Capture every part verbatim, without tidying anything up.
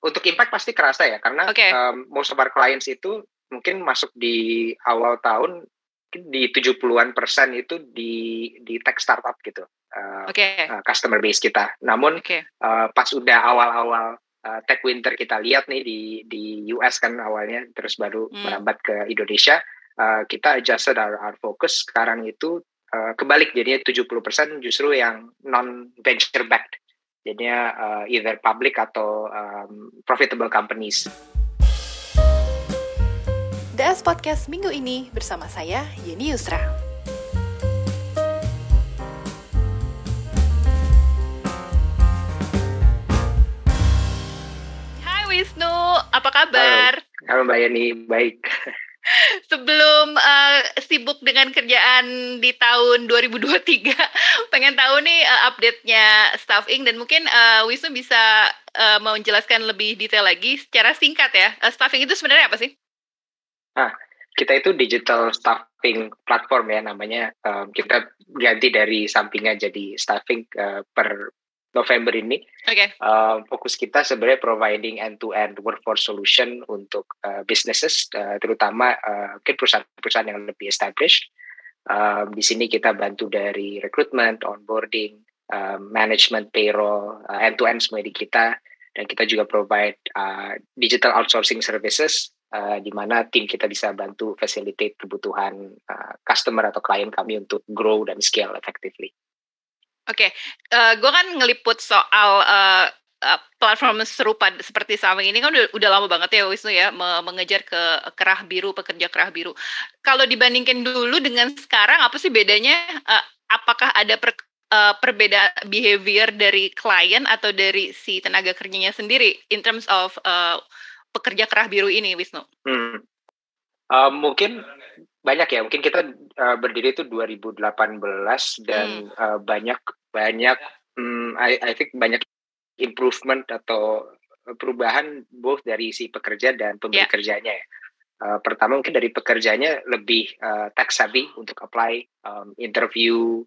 untuk impact pasti kerasa ya, karena Oke. um, most of our clients itu mungkin masuk di awal tahun mungkin di tujuh puluhan persen itu di di tech startup gitu, uh, Oke. uh, customer base kita. Namun Oke. uh, pas udah awal-awal uh, tech winter kita lihat nih di di U S kan awalnya, terus baru Hmm. merambat ke Indonesia, uh, kita adjusted our, our focus. Sekarang itu uh, kebalik, jadinya tujuh puluh persen justru yang non venture backed. Jadinya uh, either public atau um, profitable companies. D S Podcast minggu ini bersama saya, Yeni Yusra. Hai Wisnu, apa kabar? Halo, Halo Mbak Yeni, baik. Sebelum uh, sibuk dengan kerjaan di tahun dua ribu dua puluh tiga, pengen tahu nih uh, update-nya Staffing, dan mungkin uh, Wisnu bisa uh, menjelaskan lebih detail lagi secara singkat ya. Uh, Staffing itu sebenarnya apa sih? Ah, kita itu digital staffing platform ya namanya. Um, kita ganti dari sampingan jadi staffing uh, per November ini. Oke. Okay. Uh, fokus kita sebenarnya providing end-to-end workforce solution untuk uh, businesses, uh, terutama uh, mungkin perusahaan-perusahaan yang lebih established. Uh, di sini kita bantu dari recruitment, onboarding, uh, management, payroll, uh, end-to-end semua di kita. Dan kita juga provide uh, digital outsourcing services, uh, di mana tim kita bisa bantu facilitate kebutuhan uh, customer atau klien kami untuk grow dan scale effectively. Oke, okay. uh, gue kan ngeliput soal uh, uh, platform serupa seperti Staffing ini kan udah, udah lama banget ya Wisnu ya, mengejar ke kerah biru, pekerja kerah biru. Kalau dibandingkan dulu dengan sekarang, apa sih bedanya? Uh, apakah ada per, uh, perbedaan behavior dari klien atau dari si tenaga kerjanya sendiri in terms of uh, pekerja kerah biru ini, Wisnu? Hmm. Uh, mungkin banyak ya, mungkin kita uh, berdiri itu dua ribu delapan belas dan hmm. uh, banyak banyak um, I, I think banyak improvement atau perubahan both dari si pekerja dan pemberi yeah. kerjanya ya. Uh, pertama mungkin dari pekerjanya lebih uh, tech savvy untuk apply, um, interview,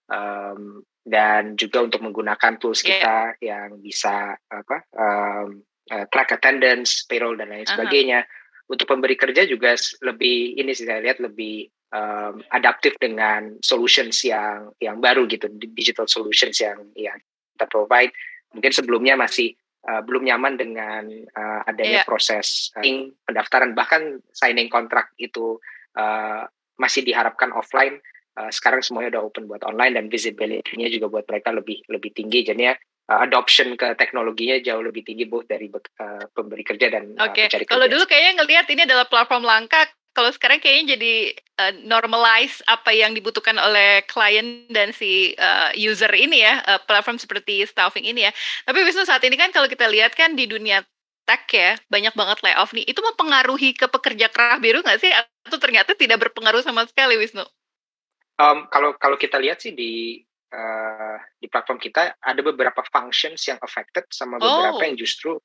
um, dan juga untuk menggunakan tools yeah. kita yang bisa apa um, uh, track attendance, payroll dan lain uh-huh. sebagainya. Untuk pemberi kerja juga lebih ini sih saya lihat lebih um, adaptif dengan solutions yang yang baru gitu, digital solutions yang yang kita provide. Mungkin sebelumnya masih uh, belum nyaman dengan uh, adanya yeah. proses uh, pendaftaran, bahkan signing kontrak itu uh, masih diharapkan offline. Uh, sekarang semuanya udah open buat online dan visibility-nya juga buat mereka lebih lebih tinggi. Jadinya Uh, adoption ke teknologinya jauh lebih tinggi both dari uh, pemberi kerja dan okay. uh, pencari kerja. Kalau dulu kayaknya ngelihat ini adalah platform langka, kalau sekarang kayaknya jadi uh, normalize apa yang dibutuhkan oleh klien dan si uh, user ini ya, uh, platform seperti Staffing ini ya. Tapi Wisnu, saat ini kan kalau kita lihat kan di dunia tech ya, banyak banget layoff nih. Itu mempengaruhi ke pekerja kerah biru nggak sih? Atau ternyata tidak berpengaruh sama sekali, Wisnu? Um, kalau kalau kita lihat sih di Uh, di platform kita ada beberapa functions yang affected sama beberapa oh. yang justru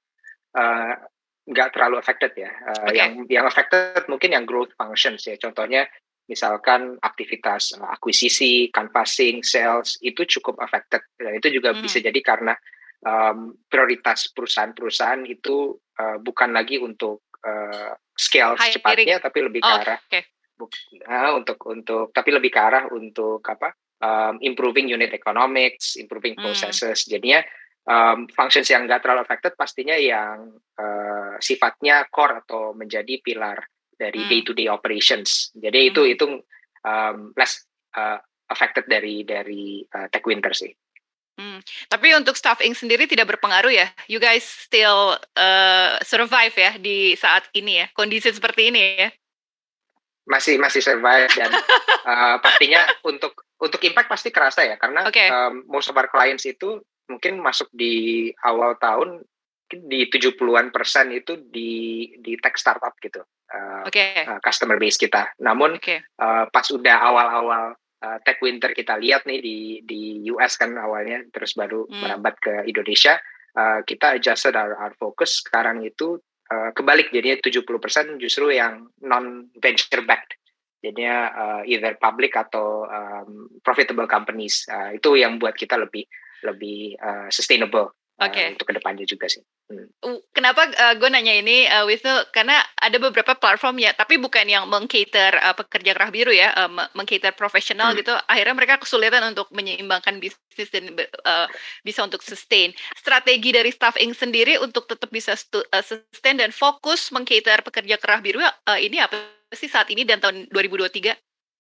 nggak uh, terlalu affected ya. Uh, okay. Yang yang affected mungkin yang growth functions ya. Contohnya misalkan aktivitas uh, akuisisi, canvassing, sales itu cukup affected. Dan itu juga hmm. bisa jadi karena um, prioritas perusahaan-perusahaan itu uh, bukan lagi untuk uh, scale Hiring. secepatnya, tapi lebih ke oh, arah okay. uh, untuk untuk tapi lebih ke arah untuk apa? Um, improving unit economics, improving processes. Hmm. Jadinya um, functions yang nggak terlalu affected pastinya yang uh, sifatnya core atau menjadi pilar dari hmm. day-to-day operations. Jadi hmm. itu itu um, less uh, affected dari dari uh, tech winter sih. Hmm. Tapi untuk Staffing sendiri tidak berpengaruh ya? You guys still uh, survive ya di saat ini ya, kondisi seperti ini ya? Masih masih survive dan uh, pastinya untuk untuk impact pasti kerasa ya, karena okay. um, most of our clients itu mungkin masuk di awal tahun di tujuh puluhan persen itu di di tech startup gitu, uh, okay. uh, customer base kita. Namun okay. uh, pas udah awal-awal uh, tech winter kita lihat nih di di U S kan awalnya, terus baru hmm. merambat ke Indonesia, uh, kita adjusted our, our focus. Sekarang itu uh, kebalik, jadinya tujuh puluh persen justru yang non venture backed. Jadinya uh, either public atau um, profitable companies. Uh, itu yang buat kita lebih lebih uh, sustainable Oke. uh, untuk kedepannya juga sih. Hmm. Uh, Kenapa uh, gue nanya ini, uh, Wisnu? Karena ada beberapa platform ya, tapi bukan yang meng-cater uh, pekerja kerah biru ya, uh, me- meng-cater profesional Hmm. gitu. Akhirnya mereka kesulitan untuk menyeimbangkan bisnis dan uh, bisa untuk sustain. Strategi dari Staffing sendiri untuk tetap bisa stu- uh, sustain dan fokus meng-cater pekerja kerah biru uh, ini apa sih saat ini dan tahun dua ribu dua puluh tiga?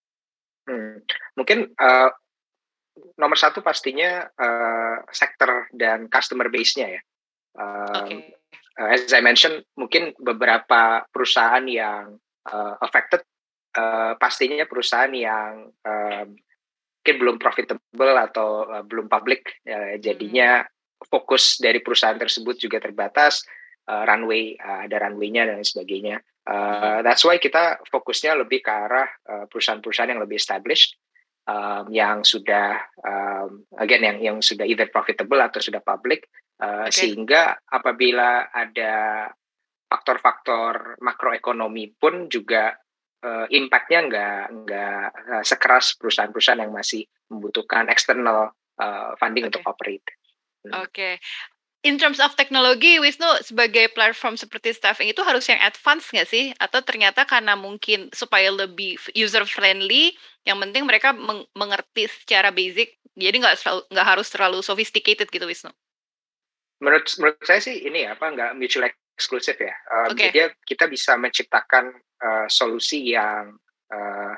Hmm. Mungkin uh, nomor satu pastinya uh, sektor dan customer base-nya ya. Um, Oke. uh, as I mentioned, mungkin beberapa perusahaan yang uh, affected uh, pastinya perusahaan yang um, mungkin belum profitable atau uh, belum public, uh, jadinya fokus dari perusahaan tersebut juga terbatas, uh, runway uh, ada runway-nya dan sebagainya. Uh, Hmm. That's why kita fokusnya lebih ke arah uh, perusahaan-perusahaan yang lebih established, um, yang sudah um, again yang yang sudah either profitable atau sudah public, uh, Oke. sehingga apabila ada faktor-faktor makroekonomi pun juga uh, impact-nya nggak nggak uh, sekeras perusahaan-perusahaan yang masih membutuhkan external uh, funding Oke. untuk operate. Hmm. Oke. In terms of teknologi, Wisnu, sebagai platform seperti Staffing itu harus yang advance nggak sih? Atau ternyata karena mungkin supaya lebih user-friendly, yang penting mereka meng- mengerti secara basic, jadi nggak selalu- nggak harus terlalu sophisticated gitu, Wisnu? Menurut menurut saya sih ini apa nggak mutual exclusive ya. Um, Oke. Jadi kita bisa menciptakan uh, solusi yang uh,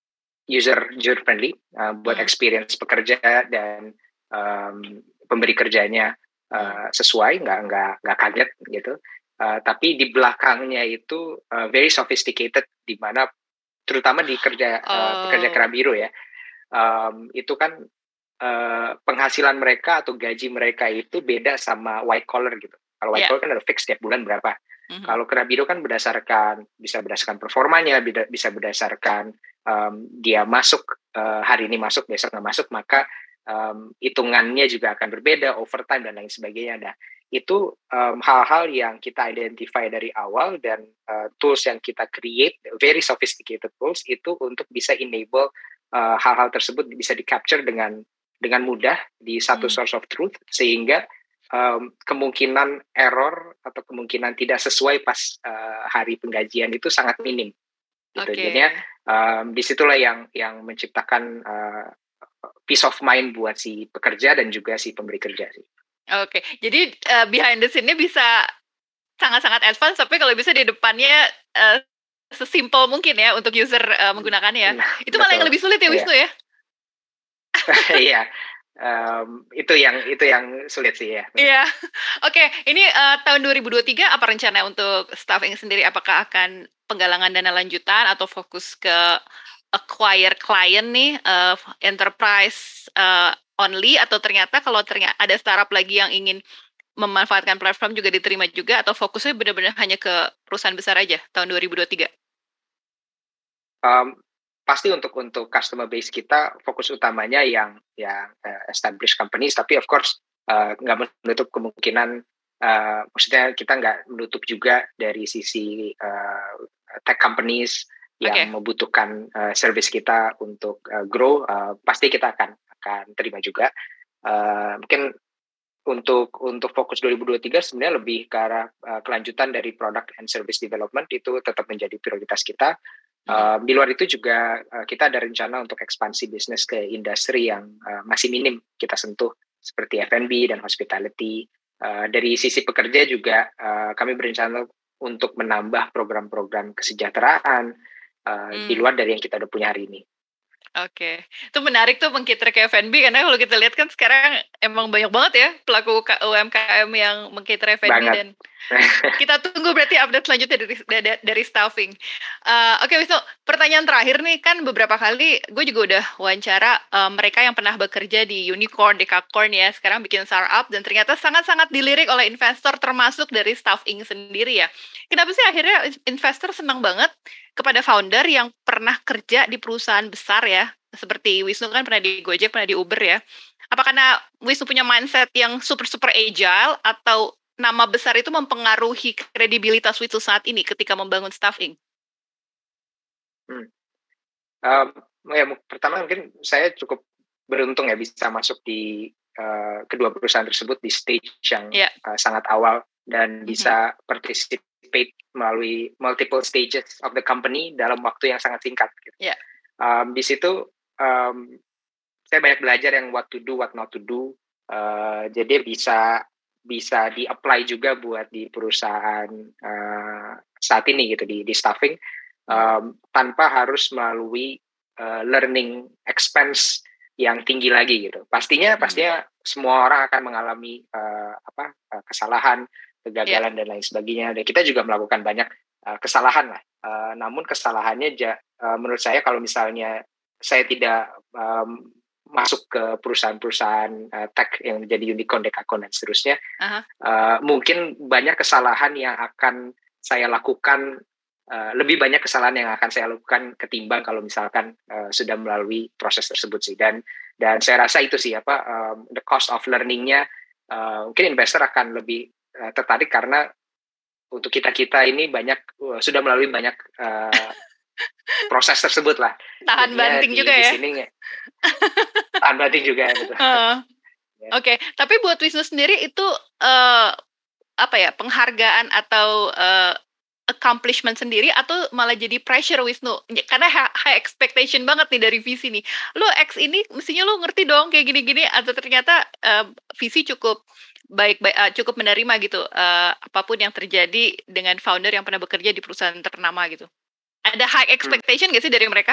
user user friendly uh, buat Hmm. experience pekerja dan um, pemberi kerjanya uh, sesuai, nggak nggak nggak kaget gitu. Uh, tapi di belakangnya itu uh, very sophisticated, di mana terutama di kerja uh, pekerja kerah Oh, biru ya, um, itu kan uh, penghasilan mereka atau gaji mereka itu beda sama white collar gitu. Kalau white ya. collar kan ada fix tiap bulan berapa. Mhm. Kalau kerah biru kan berdasarkan bisa berdasarkan performanya, bida- bisa berdasarkan um, dia masuk uh, hari ini masuk besok nggak masuk, maka um, hitungannya juga akan berbeda, overtime dan lain sebagainya. Nah itu um, hal-hal yang kita identify dari awal, dan uh, tools yang kita create very sophisticated tools itu untuk bisa enable uh, hal-hal tersebut bisa di capture dengan dengan mudah di satu Hmm. source of truth, sehingga um, kemungkinan error atau kemungkinan tidak sesuai pas uh, hari penggajian itu sangat minim gitu. Oke. Jadinya um, disitulah yang yang menciptakan uh, peace of mind buat si pekerja dan juga si pemberi kerja sih. Oke, jadi uh, behind the scene-nya bisa sangat-sangat advance, tapi kalau bisa di depannya uh, sesimpel mungkin ya untuk user uh, menggunakannya ya. Nah, Itu malah yang betul. lebih sulit ya, Iya. Wisnu ya? Iya, um, itu yang itu yang sulit sih ya. Iya. Oke, ini uh, tahun dua ribu dua puluh tiga apa rencana untuk Staffing sendiri? Apakah akan penggalangan dana lanjutan atau fokus ke acquire client nih, uh, enterprise uh, only, atau ternyata kalau ternyata ada startup lagi yang ingin memanfaatkan platform juga diterima juga, atau fokusnya benar-benar hanya ke perusahaan besar aja tahun dua ribu dua puluh tiga? Um, pasti untuk untuk customer base kita fokus utamanya yang yang uh, established companies, tapi of course uh, nggak menutup kemungkinan, uh, maksudnya kita nggak menutup juga dari sisi uh, tech companies yang Oke. membutuhkan uh, service kita untuk uh, grow, uh, pasti kita akan akan terima juga. Uh, mungkin untuk untuk fokus dua ribu dua puluh tiga sebenarnya lebih ke arah uh, kelanjutan dari product and service development, itu tetap menjadi prioritas kita. Uh, di luar itu juga uh, kita ada rencana untuk ekspansi bisnis ke industri yang uh, masih minim kita sentuh, seperti F and B dan hospitality. Uh, dari sisi pekerja juga uh, kami berencana untuk menambah program-program kesejahteraan uh, Hmm. di luar dari yang kita udah punya hari ini. Oke, itu menarik tuh mengcater ke F and B, karena kalau kita lihat kan sekarang emang banyak banget ya pelaku U M K M yang mengcater F and B. Banget. Dan kita tunggu berarti update selanjutnya dari dari, dari Staffing. Uh, Oke, Wisnu, pertanyaan terakhir nih, kan beberapa kali gue juga udah wawancara uh, mereka yang pernah bekerja di unicorn, dekakorn ya, sekarang bikin startup, dan ternyata sangat-sangat dilirik oleh investor, termasuk dari Staffing sendiri ya. Kenapa sih akhirnya investor senang banget kepada founder yang pernah kerja di perusahaan besar ya, seperti Wisnu kan pernah di Gojek, pernah di Uber ya. Apa karena Wisnu punya mindset yang super-super agile, atau nama besar itu mempengaruhi kredibilitas Wisnu saat ini ketika membangun Staffing? Hmm. Um, ya, pertama mungkin saya cukup beruntung ya bisa masuk di uh, kedua perusahaan tersebut di stage yang yeah. uh, sangat awal dan mm-hmm. bisa participate melalui multiple stages of the company dalam waktu yang sangat singkat. Gitu. Yeah. Um, di situ um, saya banyak belajar yang what to do, what not to do. Uh, jadi bisa bisa di-apply juga buat di perusahaan uh, saat ini gitu di di staffing um, tanpa harus melalui uh, learning expense yang tinggi lagi gitu. Pastinya hmm. pastinya semua orang akan mengalami uh, apa uh, kesalahan, kegagalan yeah. dan lain sebagainya. Dan kita juga melakukan banyak uh, kesalahan lah. Uh, namun kesalahannya ja, uh, menurut saya kalau misalnya saya tidak um, masuk ke perusahaan-perusahaan uh, tech yang menjadi unicorn, dekakon dan seterusnya, uh-huh. uh, mungkin banyak kesalahan yang akan saya lakukan, uh, lebih banyak kesalahan yang akan saya lakukan ketimbang kalau misalkan uh, sudah melalui proses tersebut sih. Dan dan saya rasa itu sih apa um, the cost of learning-nya uh, mungkin investor akan lebih uh, tertarik karena untuk kita kita ini banyak uh, sudah melalui banyak uh, proses tersebut lah. Tahan Jadinya banting di, juga di ya. Sini, tahan banting juga betul. Uh, ya. Oke, okay. Tapi buat Wisnu sendiri itu uh, apa ya penghargaan atau uh, accomplishment sendiri atau malah jadi pressure Wisnu? Karena high expectation banget nih dari V C nih. Lo X ini mestinya lo ngerti dong kayak gini-gini atau ternyata uh, V C cukup baik-baik uh, cukup menerima gitu uh, apapun yang terjadi dengan founder yang pernah bekerja di perusahaan ternama gitu. Ada high expectation nggak hmm. sih dari mereka?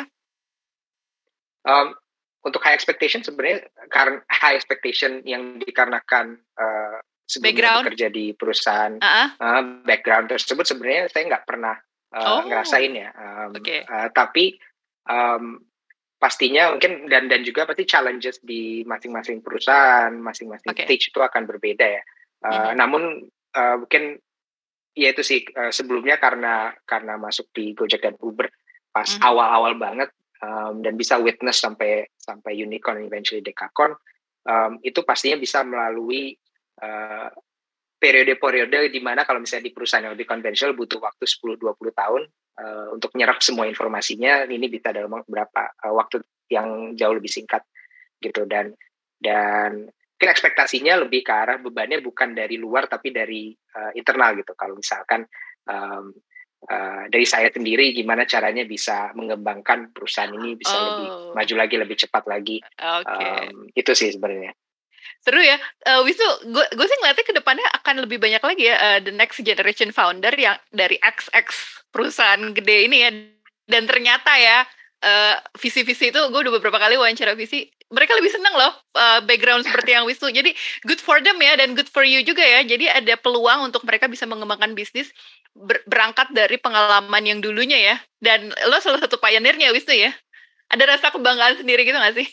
Um, untuk high expectation sebenarnya karena high expectation yang dikarenakan uh, sebelumnya bekerja di perusahaan uh-huh. uh, background tersebut sebenarnya saya nggak pernah uh, oh. ngerasain ya. Um, okay. uh, tapi um, pastinya mungkin dan dan juga pasti challenges di masing-masing perusahaan, masing-masing okay. stage itu akan berbeda ya. Uh, mm-hmm. Namun uh, mungkin ya itu sih uh, sebelumnya karena karena masuk di Gojek dan Uber pas mm-hmm. awal-awal banget um, dan bisa witness sampai sampai unicorn eventually dekakon um, itu pastinya bisa melalui uh, periode-periode di mana kalau misalnya di perusahaan yang lebih konvensional butuh waktu sepuluh dua puluh tahun uh, untuk nyerap semua informasinya, ini bisa dalam beberapa uh, waktu yang jauh lebih singkat gitu. Dan dan mungkin ekspektasinya lebih ke arah bebannya bukan dari luar tapi dari uh, internal gitu. Kalau misalkan um, uh, dari saya sendiri gimana caranya bisa mengembangkan perusahaan ini bisa oh. lebih maju lagi, lebih cepat lagi. Okay. Um, itu sih sebenarnya. Seru ya, uh, Wisnu. Gue sih ngeliatnya ke depannya akan lebih banyak lagi ya uh, the next generation founder yang dari X X perusahaan gede ini ya. Dan ternyata ya uh, visi-visi itu gue udah beberapa kali wawancara visi. Mereka lebih senang loh uh, background seperti yang Wisnu. Jadi good for them ya dan good for you juga ya. Jadi ada peluang untuk mereka bisa mengembangkan bisnis ber- berangkat dari pengalaman yang dulunya ya. Dan lo salah satu pioneer-nya Wisnu ya. Ada rasa kebanggaan sendiri gitu gak sih?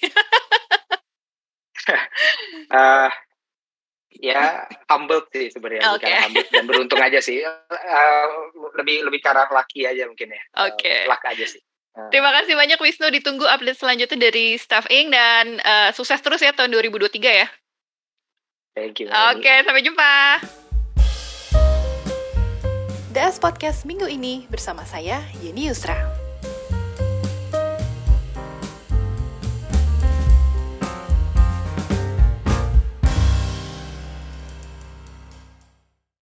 uh, ya humble sih sebenarnya. Okay. Humble dan beruntung aja sih. Uh, lebih lebih cara laki aja mungkin ya. Oke. Okay. Uh, luck aja sih. Terima kasih banyak Wisnu, ditunggu update selanjutnya dari Staff Inc dan uh, sukses terus ya tahun dua ribu dua puluh tiga ya. Thank you. Oke, okay, sampai jumpa. D A S Podcast minggu ini bersama saya Yeni Yusra.